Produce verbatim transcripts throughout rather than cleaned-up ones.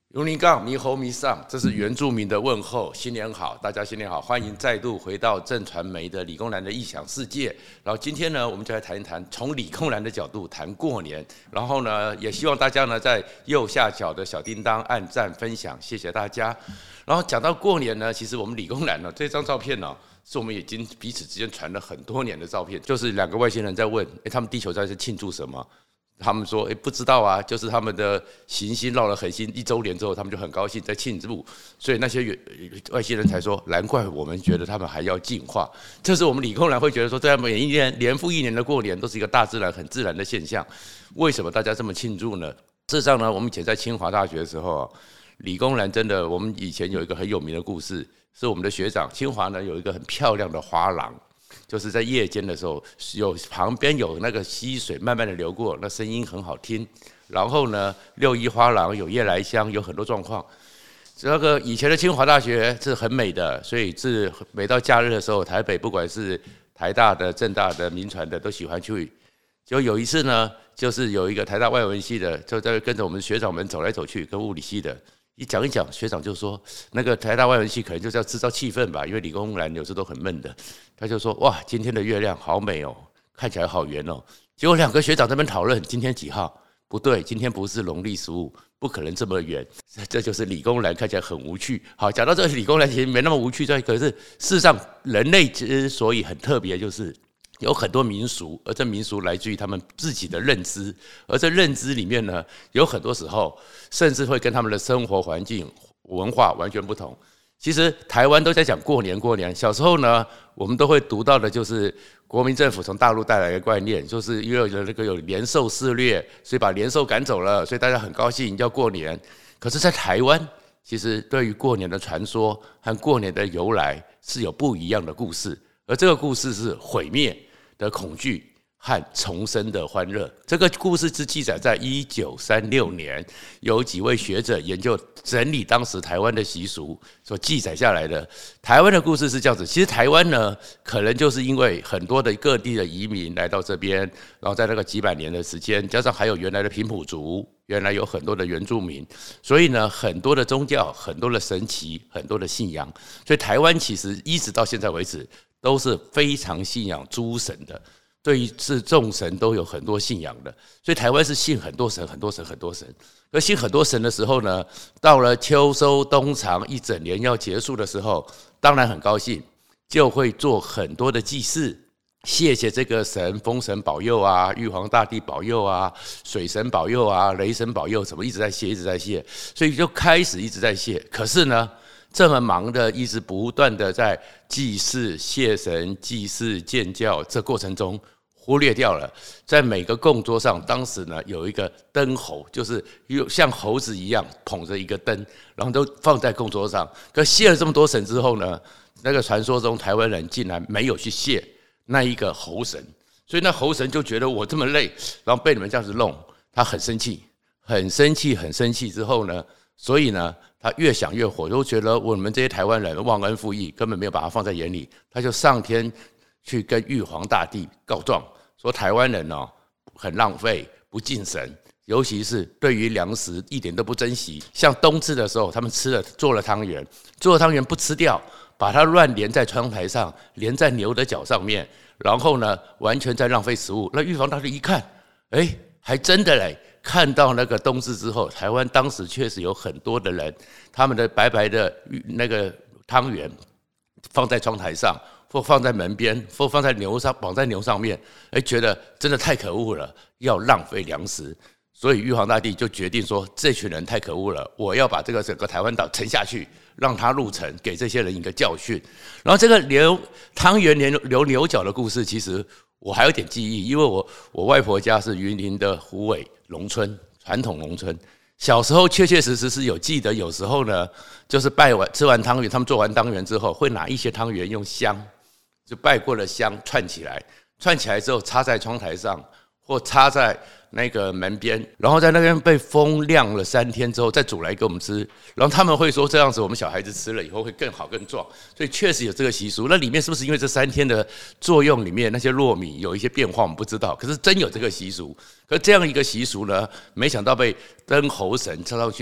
如林杠猕猴迷上，这是原住民的问候，新年好，大家新年好，欢迎再度回到震传媒的理工男的异想世界。然后今天呢，我们就来谈一谈从理工男的角度谈过年。然后呢，也希望大家呢在右下角的小叮当按赞分享，谢谢大家。然后讲到过年呢，其实我们理工男呢这张照片呢，是我们已经彼此之间传了很多年的照片，就是两个外星人在问，哎，他们地球在是庆祝什么？他们说：“哎，不知道啊，就是他们的行星绕了恒星一周年之后，他们就很高兴在庆祝，所以那些外星人才说，难怪我们觉得他们还要进化。这是我们理工男会觉得说，在每一年年复一年的过年，都是一个大自然很自然的现象。为什么大家这么庆祝呢？事实上呢，我们以前在清华大学的时候，理工男真的，我们以前有一个很有名的故事，是我们的学长，清华呢有一个很漂亮的花廊。”就是在夜间的时候，有旁边有那个溪水慢慢的流过，那声音很好听。然后呢，六一花廊有夜来香，有很多状况。这个以前的清华大学是很美的，所以是每到假日的时候，台北不管是台大的、政大的、民传的，都喜欢去。就有一次呢，就是有一个台大外文系的，就在跟着我们学长们走来走去，跟物理系的。一讲一讲，学长就说，那个台大外文系可能就是要制造气氛吧，因为理工男有时都很闷的。他就说，哇，今天的月亮好美哦，看起来好圆哦。结果两个学长在那边讨论，今天几号？不对，今天不是农历十五，不可能这么圆。这就是理工男看起来很无趣。好，讲到这个理工男其实没那么无趣，可是事实上人类之所以很特别，就是有很多民俗，而这民俗来自于他们自己的认知，而这认知里面呢，有很多时候甚至会跟他们的生活环境、文化完全不同。其实台湾都在讲过年过年，小时候呢，我们都会读到的就是国民政府从大陆带来的观念，就是因为有那个有年兽肆虐，所以把年兽赶走了，所以大家很高兴要过年。可是，在台湾，其实对于过年的传说和过年的由来是有不一样的故事，而这个故事是毁灭的恐惧和重生的欢乐。这个故事是记载在一九三六年，有几位学者研究整理当时台湾的习俗所记载下来的。台湾的故事是这样子，其实台湾呢，可能就是因为很多的各地的移民来到这边，然后在那个几百年的时间，加上还有原来的平埔族，原来有很多的原住民，所以呢，很多的宗教，很多的神奇，很多的信仰，所以台湾其实一直到现在为止都是非常信仰诸神的。对于是众神都有很多信仰的，所以台湾是信很多神、很多神、很多神。而信很多神的时候呢，到了秋收冬藏一整年要结束的时候，当然很高兴，就会做很多的祭祀，谢谢这个神，风神保佑啊，玉皇大帝保佑啊，水神保佑啊，雷神保佑，什么一直在谢，一直在谢，所以就开始一直在谢。可是呢，这么忙的，一直不断的在祭祀、谢神、祭祀、建教，这过程中忽略掉了，在每个供桌上，当时呢有一个灯猴，就是像猴子一样捧着一个灯，然后都放在供桌上。可谢了这么多神之后呢，那个传说中台湾人竟然没有去谢那一个猴神，所以那猴神就觉得我这么累，然后被你们这样子弄，他很生气，很生气，很生气之后呢，所以呢。他越想越火，就觉得我们这些台湾人忘恩负义，根本没有把他放在眼里。他就上天去跟玉皇大帝告状，说台湾人哦很浪费，不敬神，尤其是对于粮食一点都不珍惜。像冬至的时候，他们吃了做了汤圆，做了汤圆不吃掉，把它乱连在窗台上，连在牛的脚上面，然后呢完全在浪费食物。那玉皇大帝一看，哎，还真的嘞。看到那个冬至之后，台湾当时确实有很多的人，他们的白白的那个汤圆放在窗台上，或放在门边，或放在牛上，绑在牛上面，哎，觉得真的太可恶了，要浪费粮食，所以玉皇大帝就决定说，这群人太可恶了，我要把这个整个台湾岛沉下去，让他入城，给这些人一个教训。然后这个流汤圆流牛角的故事，其实我还有点记忆，因为我我外婆家是云林的虎尾农村，传统农村。小时候确确实实是有记得，有时候呢，就是拜完吃完汤圆，他们做完汤圆之后，会拿一些汤圆用香，就拜过了香串起来，串起来之后插在窗台上，或插在那个门边，然后在那边被风晾了三天之后再煮来给我们吃，然后他们会说这样子我们小孩子吃了以后会更好更壮，所以确实有这个习俗。那里面是不是因为这三天的作用里面那些糯米有一些变化我们不知道，可是真有这个习俗。可是这样一个习俗呢，没想到被灯猴神插上去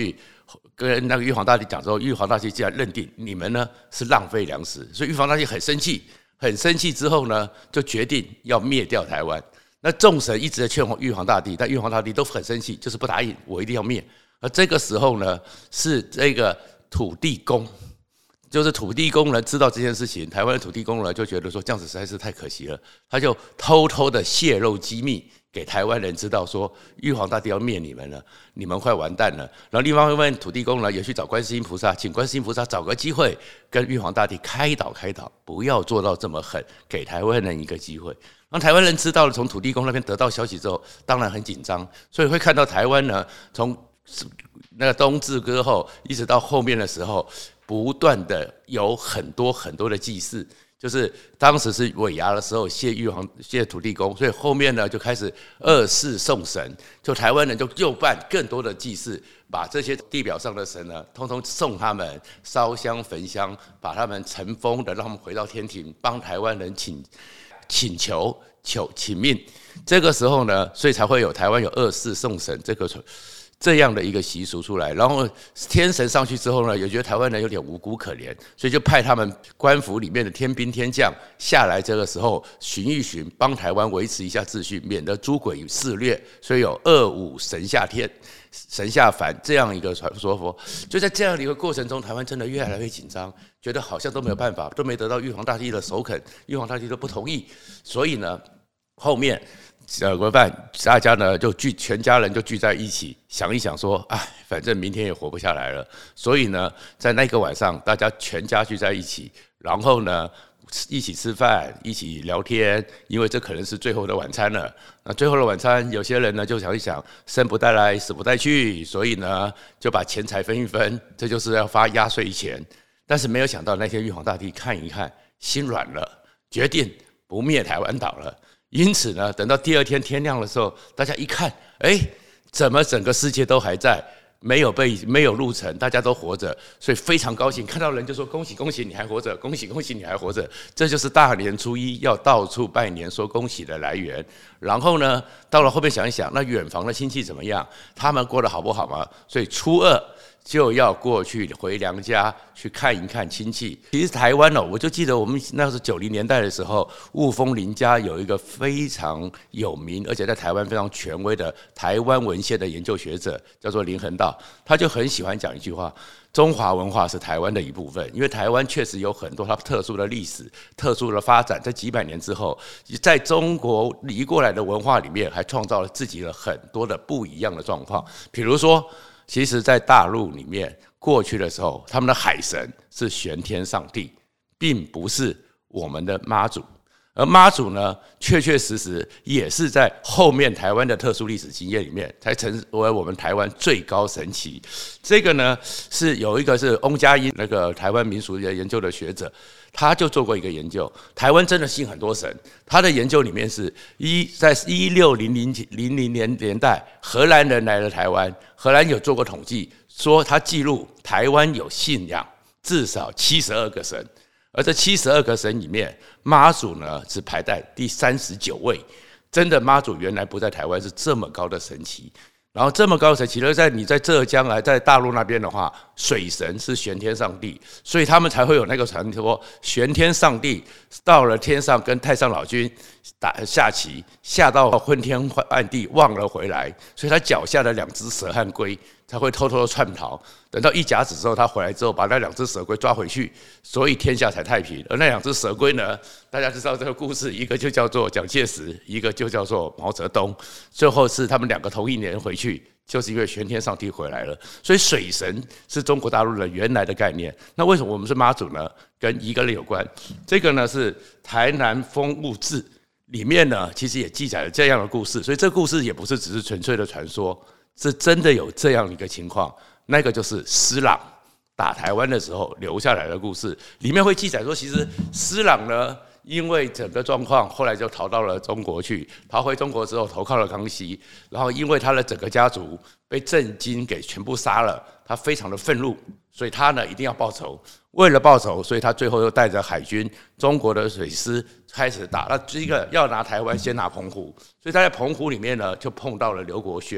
跟那个玉皇大帝讲之后，玉皇大帝竟然认定你们呢是浪费粮食，所以玉皇大帝很生气，很生气之后呢，就决定要灭掉台湾。那众神一直在劝玉皇大帝，但玉皇大帝都很生气，就是不答应，我一定要灭。而这个时候呢，是这个土地公。就是土地公呢知道这件事情，台湾的土地公呢就觉得说这样子实在是太可惜了，他就偷偷的泄露机密给台湾人知道，说玉皇大帝要灭你们了，你们快完蛋了。然后另外一方面，土地公呢也去找观世音菩萨，请观世音菩萨找个机会跟玉皇大帝开导开导，不要做到这么狠，给台湾人一个机会。让台湾人知道了，从土地公那边得到消息之后，当然很紧张，所以会看到台湾呢从那个冬至歌后一直到后面的时候，不断的有很多很多的祭祀，就是当时是尾牙的时候谢玉皇谢土地公，所以后面呢就开始二世送神，就台湾人就又办更多的祭祀，把这些地表上的神呢，通通送他们烧香焚香，把他们尘封的，让他们回到天庭，帮台湾人请请求求请命。这个时候呢，所以才会有台湾有二世送神这个这样的一个习俗出来。然后天神上去之后呢，也觉得台湾人有点无辜可怜，所以就派他们官府里面的天兵天将下来，这个时候巡一巡，帮台湾维持一下秩序，免得诸鬼肆虐。所以有二五神下天神下凡这样一个说法。就在这样的一个过程中，台湾真的越来越紧张，觉得好像都没有办法，都没得到玉皇大帝的首肯，玉皇大帝都不同意。所以呢，后面呃，规范大家呢就聚，全家人就聚在一起，想一想说，哎，反正明天也活不下来了。所以呢，在那个晚上，大家全家聚在一起，然后呢，一起吃饭，一起聊天，因为这可能是最后的晚餐了。那最后的晚餐，有些人呢就想一想，生不带来，死不带去，所以呢，就把钱财分一分，这就是要发压岁钱。但是没有想到，那天玉皇大帝看一看，心软了，决定不灭台湾岛了。因此呢，等到第二天天亮的时候，大家一看，哎，怎么整个世界都还在，没有被没有入城，大家都活着，所以非常高兴。看到人就说恭喜恭喜你还活着，恭喜恭喜你还活着。这就是大年初一要到处拜年说恭喜的来源。然后呢，到了后面想一想，那远房的亲戚怎么样？他们过得好不好吗？所以初二就要过去回娘家去看一看亲戚。其实台湾哦，我就记得我们那是九零年代的时候，雾峰林家有一个非常有名，而且在台湾非常权威的台湾文献的研究学者，叫做林恒道，他就很喜欢讲一句话：中华文化是台湾的一部分。因为台湾确实有很多它特殊的历史、特殊的发展，在几百年之后，在中国移过来的文化里面，还创造了自己的很多的不一样的状况。比如说，其实，在大陆里面，过去的时候，他们的海神是玄天上帝，并不是我们的妈祖。而妈祖呢，确确实实也是在后面台湾的特殊历史经验里面，才成为我们台湾最高神祇。这个呢，是有一个是翁佳音，那个台湾民俗研究的学者，他就做过一个研究，台湾真的信很多神。他的研究里面是一在一六零零零零年年代，荷兰人来了台湾，荷兰有做过统计，说他记录台湾有信仰至少七十二个神。而这七十二个神里面，妈祖呢只排在第三十九位。真的，妈祖原来不在台湾是这么高的神奇。然后这么高的神奇，而在你在浙江啊，在大陆那边的话，水神是玄天上帝，所以他们才会有那个传说：玄天上帝到了天上跟太上老君打下棋，下到昏天暗地忘了回来，所以他脚下的两只蛇和龟才会偷偷的窜逃。等到一甲子之后，他回来之后，把那两只蛇龟抓回去，所以天下才太平。而那两只蛇龟呢，大家知道这个故事，一个就叫做蒋介石，一个就叫做毛泽东。最后是他们两个同一年回去，就是因为玄天上帝回来了。所以水神是中国大陆的原来的概念。那为什么我们是妈祖呢？跟一个人有关。这个呢是《台南风物志》里面呢，其实也记载了这样的故事。所以这个故事也不是只是纯粹的传说，是真的有这样一个情况。那个就是施琅打台湾的时候留下来的故事，里面会记载说，其实施琅呢，因为整个状况，后来就逃到了中国去，逃回中国之后投靠了康熙，然后因为他的整个家族被郑经给全部杀了，他非常的愤怒，所以他呢一定要报仇。为了报仇，所以他最后又带着海军、中国的水师开始打。那第一个要拿台湾，先拿澎湖，所以他在澎湖里面呢就碰到了刘国轩。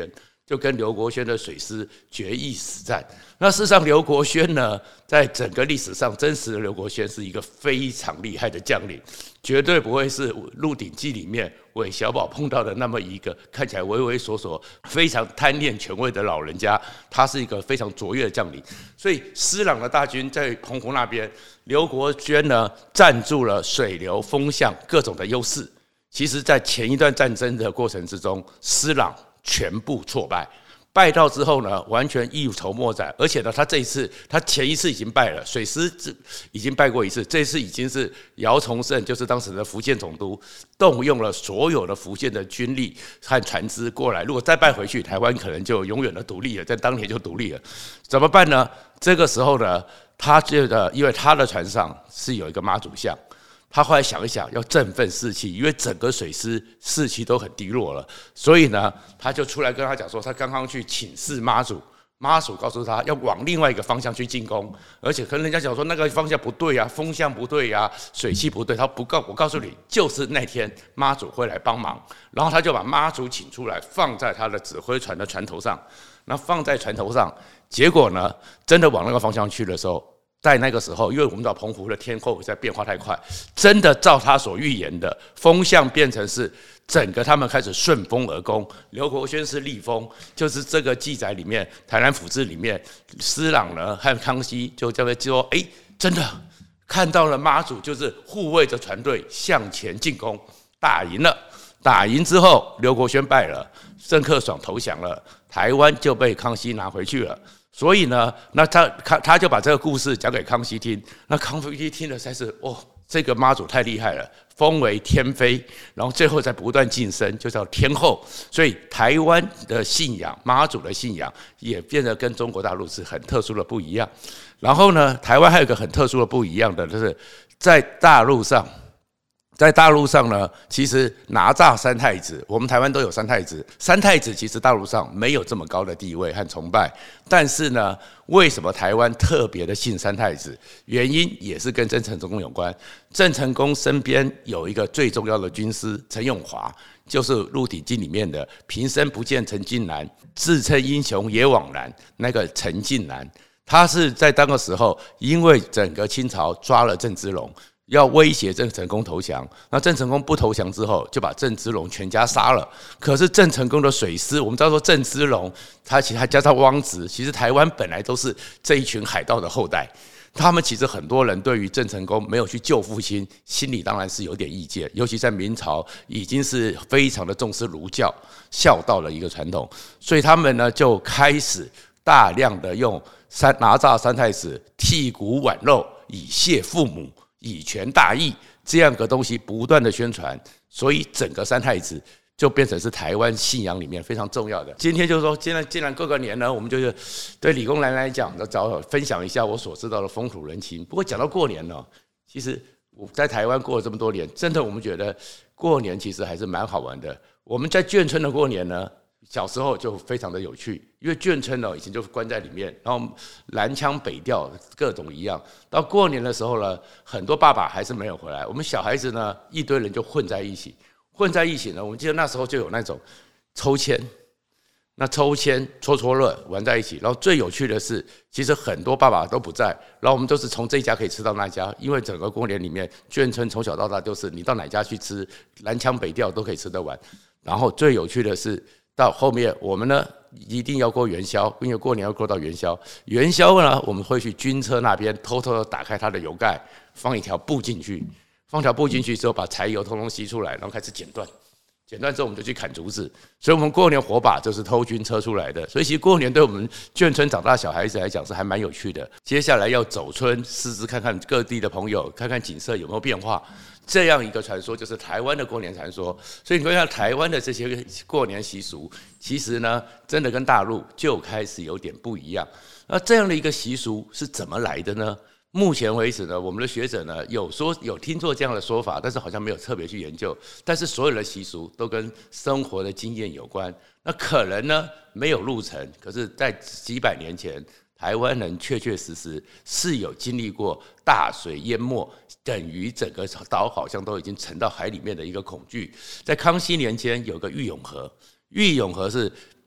就跟刘国轩的水师决一死战。那事实上，刘国轩呢，在整个历史上，真实的刘国轩是一个非常厉害的将领，绝对不会是《鹿鼎记》里面韦小宝碰到的那么一个看起来畏畏缩缩、非常贪恋权位的老人家。他是一个非常卓越的将领。所以，施琅的大军在澎湖那边，刘国轩呢占住了水流、风向各种的优势。其实，在前一段战争的过程之中，施琅全部挫败，败到之后呢，完全一筹莫展。而且呢，他这一次，他前一次已经败了，水师已经败过一次，这一次已经是姚崇圣，就是当时的福建总督，动用了所有的福建的军力和船只过来。如果再败回去，台湾可能就永远的独立了，在当年就独立了。怎么办呢？这个时候呢，他觉得，因为他的船上是有一个妈祖像。他后来想一想，要振奋士气，因为整个水师士气都很低落了，所以呢，他就出来跟他讲说，他刚刚去请示妈祖，妈祖告诉他要往另外一个方向去进攻，而且跟人家讲说那个方向不对啊，风向不对啊，水气不对，他不告我告诉你，就是那天妈祖会来帮忙，然后他就把妈祖请出来，放在他的指挥船的船头上，那放在船头上，结果呢，真的往那个方向去的时候。在那个时候，因为我们知道澎湖的天候在变化太快，真的照他所预言的，风向变成是整个他们开始顺风而攻。刘国轩是逆风，就是这个记载里面，《台南府志》里面，施琅呢和康熙就叫他说：“哎，真的看到了妈祖，就是护卫着船队向前进攻，打赢了。打赢之后，刘国轩败了，郑克爽投降了，台湾就被康熙拿回去了。”所以呢，那他他就把这个故事讲给康熙听，那康熙听了才是哦，这个妈祖太厉害了，封为天妃，然后最后再不断晋升，就叫天后。所以台湾的信仰，妈祖的信仰也变得跟中国大陆是很特殊的不一样。然后呢，台湾还有一个很特殊的不一样的，就是在大陆上。在大陆上呢，其实哪吒三太子，我们台湾都有三太子。三太子其实大陆上没有这么高的地位和崇拜，但是呢，为什么台湾特别的信三太子？原因也是跟郑成功有关。郑成功身边有一个最重要的军师陈永华，就是《鹿鼎记》里面的“平生不见陈近南，自称英雄也枉然”那个陈近南。他是在当个时候，因为整个清朝抓了郑芝龙。要威胁郑成功投降，那郑成功不投降之后，就把郑芝龙全家杀了。可是郑成功的水师，我们知道说郑芝龙，他其实还加上汪直，其实台湾本来都是这一群海盗的后代。他们其实很多人对于郑成功没有去救父亲，心里当然是有点意见。尤其在明朝，已经是非常的重视儒教孝道的一个传统，所以他们呢就开始大量的用三哪吒三太子剔骨剜肉，以谢父母。以权大义这样个东西不断的宣传，所以整个三太子就变成是台湾信仰里面非常重要的。今天就是说，既然既然过个年呢，我们就是对理工男来讲，找分享一下我所知道的风土人情。不过讲到过年呢，其实我在台湾过了这么多年，真的我们觉得过年其实还是蛮好玩的。我们在眷村的过年呢。小时候就非常的有趣，因为眷村呢以前就关在里面，然后南腔北调各种一样。到过年的时候呢，很多爸爸还是没有回来，我们小孩子呢一堆人就混在一起，混在一起呢，我们记得那时候就有那种抽签，那抽签戳戳乐玩在一起。然后最有趣的是，其实很多爸爸都不在，然后我们都是从这一家可以吃到那家，因为整个过年里面眷村从小到大就是你到哪家去吃，南腔北调都可以吃得完。然后最有趣的是。到后面我们呢一定要过元宵，因为过年要过到元宵。元宵呢，我们会去军车那边偷偷的打开它的油盖，放一条布进去，放条布进去之后，把柴油通通吸出来，然后开始剪断。剪断之后，我们就去砍竹子。所以，我们过年火把就是偷军车出来的。所以，其实过年对我们眷村长大小孩子来讲是还蛮有趣的。接下来要走村，试试看看各地的朋友，看看景色有没有变化。这样一个传说就是台湾的过年传说。所以，你看台湾的这些过年习俗，其实呢，真的跟大陆就开始有点不一样。那这样的一个习俗是怎么来的呢？目前为止呢，我们的学者呢有说有听过这样的说法，但是好像没有特别去研究。但是所有的习俗都跟生活的经验有关。那可能呢没有路程，可是在几百年前，台湾人确确实实是有经历过大水淹没，等于整个岛好像都已经沉到海里面的一个恐惧。在康熙年间有个郁永河，郁永河是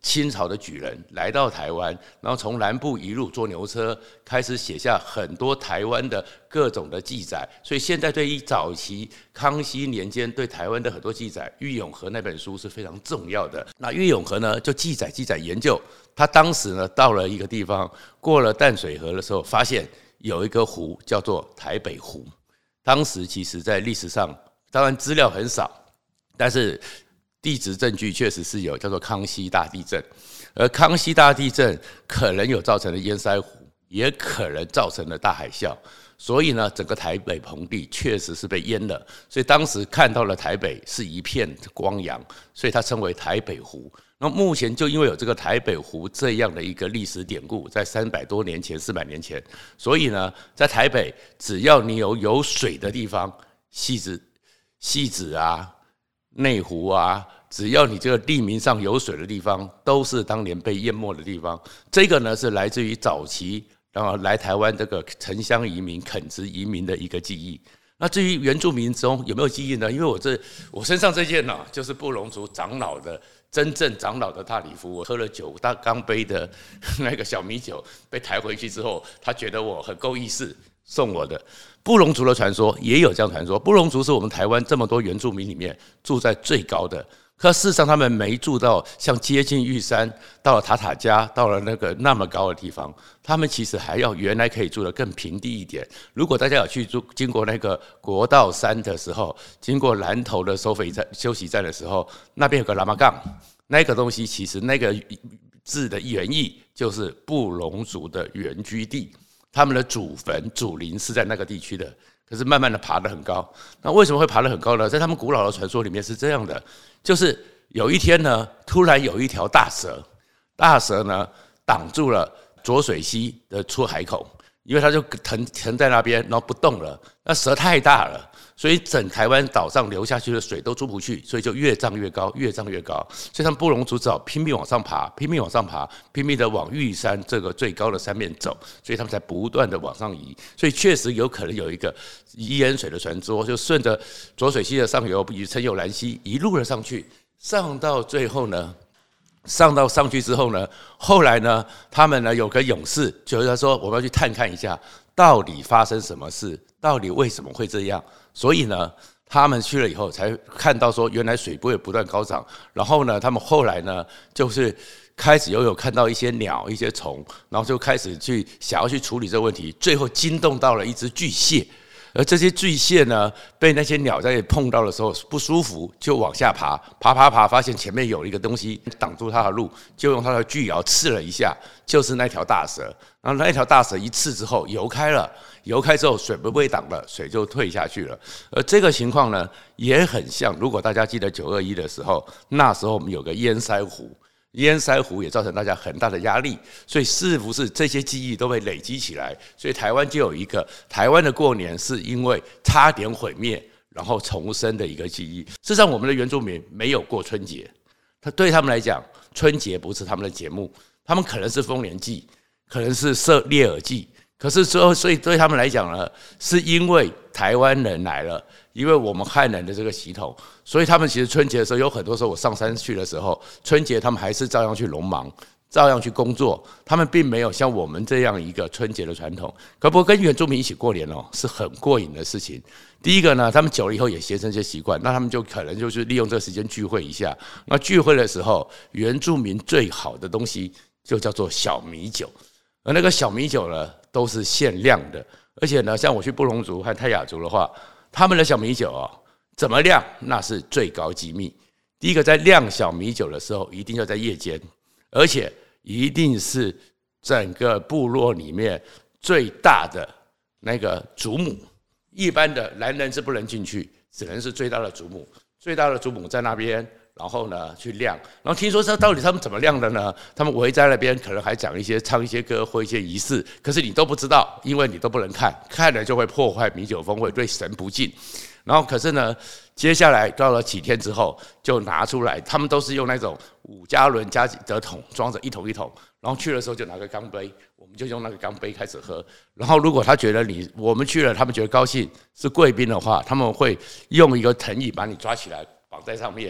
清朝的举人来到台湾，然后从南部一路坐牛车，开始写下很多台湾的各种的记载。所以现在对于早期康熙年间对台湾的很多记载，郁永河那本书是非常重要的。那郁永河呢，就记载记载研究，他当时呢到了一个地方，过了淡水河的时候，发现有一个湖叫做台北湖。当时其实在历史上，当然资料很少，但是地质证据确实是有，叫做康熙大地震。而康熙大地震可能有造成了淹塞湖，也可能造成了大海啸，所以呢，整个台北盆地确实是被淹了。所以当时看到了台北是一片光阳，所以它称为台北湖。那目前就因为有这个台北湖这样的一个历史典故，在三百多年前、四百年前，所以呢，在台北只要你有有水的地方，汐止、汐止啊。内湖啊，只要你这个地名上有水的地方，都是当年被淹没的地方。这个呢是来自于早期然后来台湾这个城乡移民、垦殖移民的一个记忆。那至于原住民中有没有记忆呢？因为我这我身上这件呢、啊，就是布农族长老的真正长老的大礼服。我喝了九大钢杯的那个小米酒，被抬回去之后，他觉得我很够意思，送我的。布农族的传说也有这样传说，布农族是我们台湾这么多原住民里面住在最高的，可事实上他们没住到像接近玉山，到了塔塔加，到了那个那么高的地方，他们其实还要原来可以住得更平地一点。如果大家有去住经过那个国道三的时候，经过南投的收费站休息站的时候，那边有个喇嘛杠，那个东西其实那个字的原意就是布农族的原居地。他们的祖坟、祖陵是在那个地区的，可是慢慢的爬得很高。那为什么会爬得很高呢？在他们古老的传说里面是这样的，就是有一天呢，突然有一条大蛇，大蛇呢挡住了浊水溪的出海口，因为它就腾腾在那边，然后不动了。那蛇太大了，所以整台湾岛上流下去的水都出不去，所以就越涨越高，越涨越高。所以他们布农族只好拼命往上爬，拼命往上爬，拼命的往玉山这个最高的山面走，所以他们才不断的往上移。所以确实有可能有一个移淹水的传说，就顺着浊水溪的上游，以陈有兰溪一路的上去，上到最后呢。上到上去之后呢，后来呢，他们呢有个勇士，就是他说我们要去探看一下，到底发生什么事，到底为什么会这样？所以呢，他们去了以后才看到说，原来水波也不断高涨。然后呢，他们后来呢，就是开始又有看到一些鸟、一些虫，然后就开始去想要去处理这个问题，最后惊动到了一只巨蟹。而这些巨蟹呢，被那些鸟在碰到的时候不舒服，就往下爬，爬爬爬，发现前面有一个东西挡住它的路，就用它的巨咬刺了一下，就是那条大蛇。然后那条大蛇一刺之后游开了，游开之后水不被挡了，水就退下去了。而这个情况呢，也很像，如果大家记得九二一的时候，那时候我们有个淹塞湖。淹塞湖也造成大家很大的压力，所以是不是这些记忆都被累积起来？所以台湾就有一个台湾的过年是因为差点毁灭，然后重生的一个记忆。事实上，我们的原住民没有过春节，他对他们来讲，春节不是他们的节目，他们可能是丰年祭，可能是射猎耳祭。可是说，所以对他们来讲呢，是因为台湾人来了，因为我们汉人的这个系统，所以他们其实春节的时候有很多时候，我上山去的时候，春节他们还是照样去农忙，照样去工作，他们并没有像我们这样一个春节的传统。可不过跟原住民一起过年哦，是很过瘾的事情。第一个呢，他们久了以后也形成一些习惯，那他们就可能就是利用这个时间聚会一下。那聚会的时候，原住民最好的东西就叫做小米酒。而那个小米酒呢，都是限量的，而且呢，像我去布农族和泰雅族的话，他们的小米酒哦，怎么酿那是最高机密。第一个，在酿小米酒的时候，一定要在夜间，而且一定是整个部落里面最大的那个祖母，一般的男人是不能进去，只能是最大的祖母，最大的祖母在那边。然后呢，去晾。然后听说这到底他们怎么晾的呢？他们围在那边，可能还讲一些、唱一些歌或一些仪式，可是你都不知道，因为你都不能看，看了就会破坏米酒风味，对神不敬。然后可是呢，接下来到了几天之后，就拿出来，他们都是用那种五加仑加的桶装着一桶一桶，然后去的时候就拿个钢杯，我们就用那个钢杯开始喝。然后如果他觉得你我们去了，他们觉得高兴是贵宾的话，他们会用一个藤椅把你抓起来绑在上面。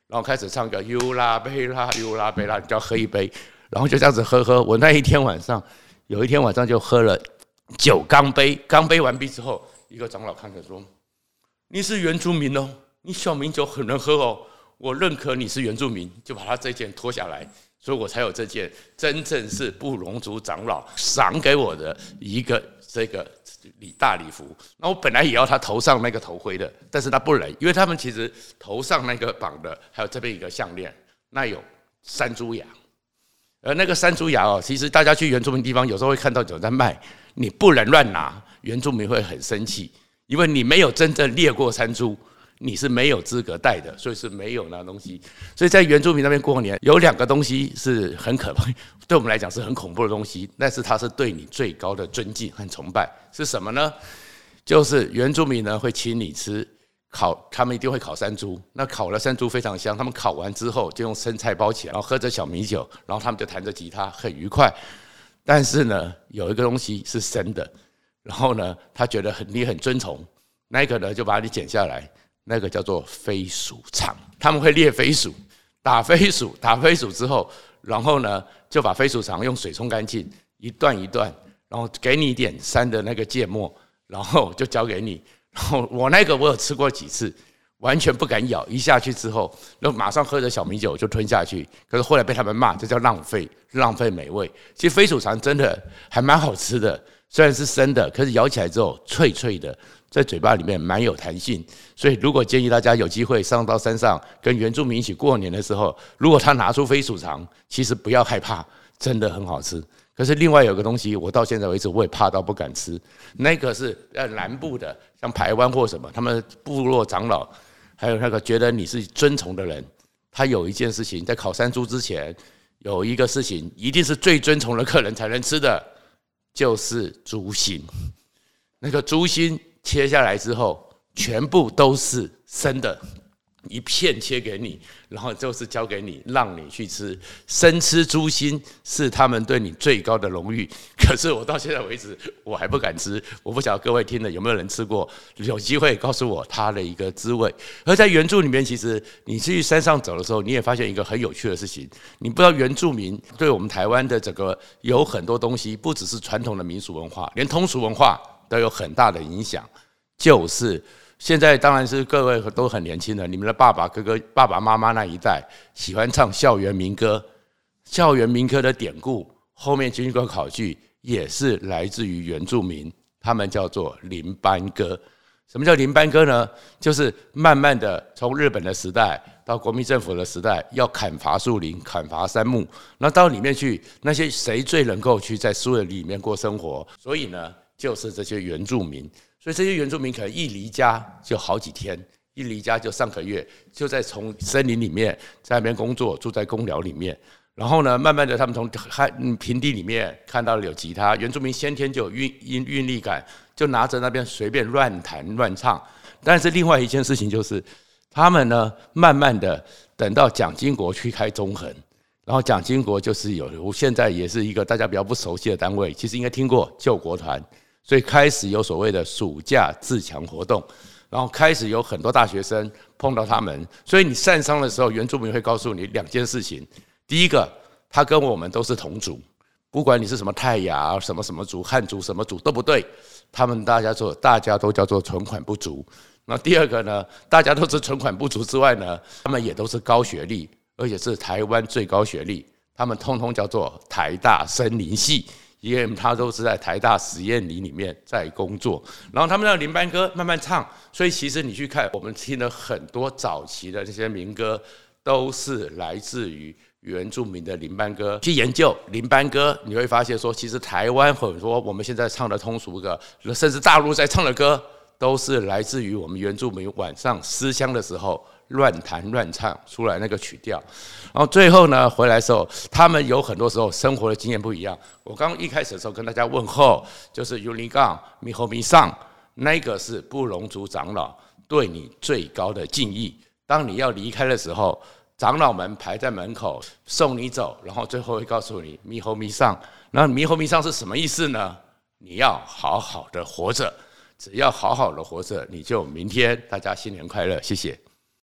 然后开始唱个尤拉贝拉尤拉贝拉，你就要喝一杯，然后就这样子喝喝。我那一天晚上，有一天晚上就喝了九缸杯，缸杯完毕之后，一个长老看着说：“你是原住民哦，你小米酒很能喝哦，我认可你是原住民，就把他这件脱下来。”所以我才有这件真正是布农族长老赏给我的一个这个礼大礼服。那我本来也要他头上那个头盔的，但是他不能，因为他们其实头上那个绑的，还有这边一个项链，那有山猪牙。而那个山猪牙哦，其实大家去原住民地方有时候会看到有人在卖，你不能乱拿，原住民会很生气，因为你没有真正猎过山猪。你是没有资格带的，所以是没有那东西。所以在原住民那边过年，有两个东西是很可怕，对我们来讲是很恐怖的东西，但是它是对你最高的尊敬和崇拜。是什么呢？就是原住民呢会请你吃烤，他们一定会烤山猪。那烤了山猪非常香，他们烤完之后就用生菜包起来，然后喝着小米酒，然后他们就弹着吉他，很愉快。但是呢，有一个东西是生的，然后呢，他觉得很你很尊崇，那个呢就把你剪下来。那个叫做飞鼠肠，他们会猎飞鼠，打飞鼠，打飞鼠之后，然后呢就把飞鼠肠用水冲干净，一段一段，然后给你一点山的那个芥末，然后就交给你。然后我那个我有吃过几次，完全不敢咬，一下去之后，就马上喝着小米酒就吞下去。可是后来被他们骂，这叫浪费，浪费美味。其实飞鼠肠真的还蛮好吃的，虽然是生的，可是咬起来之后脆脆的。在嘴巴里面蛮有弹性，所以如果建议大家有机会上到山上跟原住民一起过年的时候，如果他拿出飞鼠肠，其实不要害怕，真的很好吃。可是另外有个东西，我到现在为止我也怕到不敢吃，那个是呃南部的，像排湾或什么，他们部落长老，还有那个觉得你是尊崇的人，他有一件事情，在烤山猪之前，有一个事情一定是最尊崇的客人才能吃的，就是猪心，那个猪心。切下来之后，全部都是生的，一片切给你，然后就是交给你，让你去吃。生吃猪心是他们对你最高的荣誉。可是我到现在为止，我还不敢吃。我不晓得各位听了有没有人吃过？有机会告诉我它的一个滋味。而在原住里面，其实你去山上走的时候，你也发现一个很有趣的事情。你不知道原住民对我们台湾的整个有很多东西，不只是传统的民俗文化，连通俗文化。都有很大的影响，就是现在当然是各位都很年轻的，你们的爸爸、哥哥、爸爸妈妈那一代喜欢唱校园民歌，校园民歌的典故后面经过考据也是来自于原住民，他们叫做林班歌。什么叫林班歌呢？就是慢慢的从日本的时代到国民政府的时代，要砍伐树林、砍伐山木，那到里面去，那些谁最能够去在树林里面过生活？所以呢。就是这些原住民，所以这些原住民可能一离家就好几天，一离家就上个月，就在从森林里面在那边工作，住在公寮里面。然后呢，慢慢的他们从平地里面看到了有吉他，原住民先天就有韵韵律感，就拿着那边随便乱弹乱唱。但是另外一件事情就是，他们呢慢慢的等到蒋经国去开中横。然后蒋经国就是有，现在也是一个大家比较不熟悉的单位，其实应该听过救国团，所以开始有所谓的暑假自强活动，然后开始有很多大学生碰到他们，所以你上山的时候，原住民会告诉你两件事情：第一个，他跟我们都是同族，不管你是什么泰雅、什么什么族、汉族什么族都不对，他们大家做大家都叫做存款不足。那第二个呢，大家都是存款不足之外呢，他们也都是高学历。而且是台湾最高学历，他们通通叫做台大森林系，因为他都是在台大实验林里面在工作。然后他们的林班歌慢慢唱，所以其实你去看，我们听了很多早期的这些民歌，都是来自于原住民的林班歌。去研究林班歌，你会发现说，其实台湾很多我们现在唱的通俗歌，甚至大陆在唱的歌，都是来自于我们原住民晚上思乡的时候。乱弹乱唱出来那个曲调，然后最后呢回来的时候，他们有很多时候生活的经验不一样。我刚刚一开始的时候跟大家问候，就是尤尼杠米侯米上，那个是布农族长老对你最高的敬意。当你要离开的时候，长老们排在门口送你走，然后最后会告诉你米侯米上。然后米侯米上是什么意思呢？你要好好的活着，只要好好的活着，你就明天。大家新年快乐，谢谢。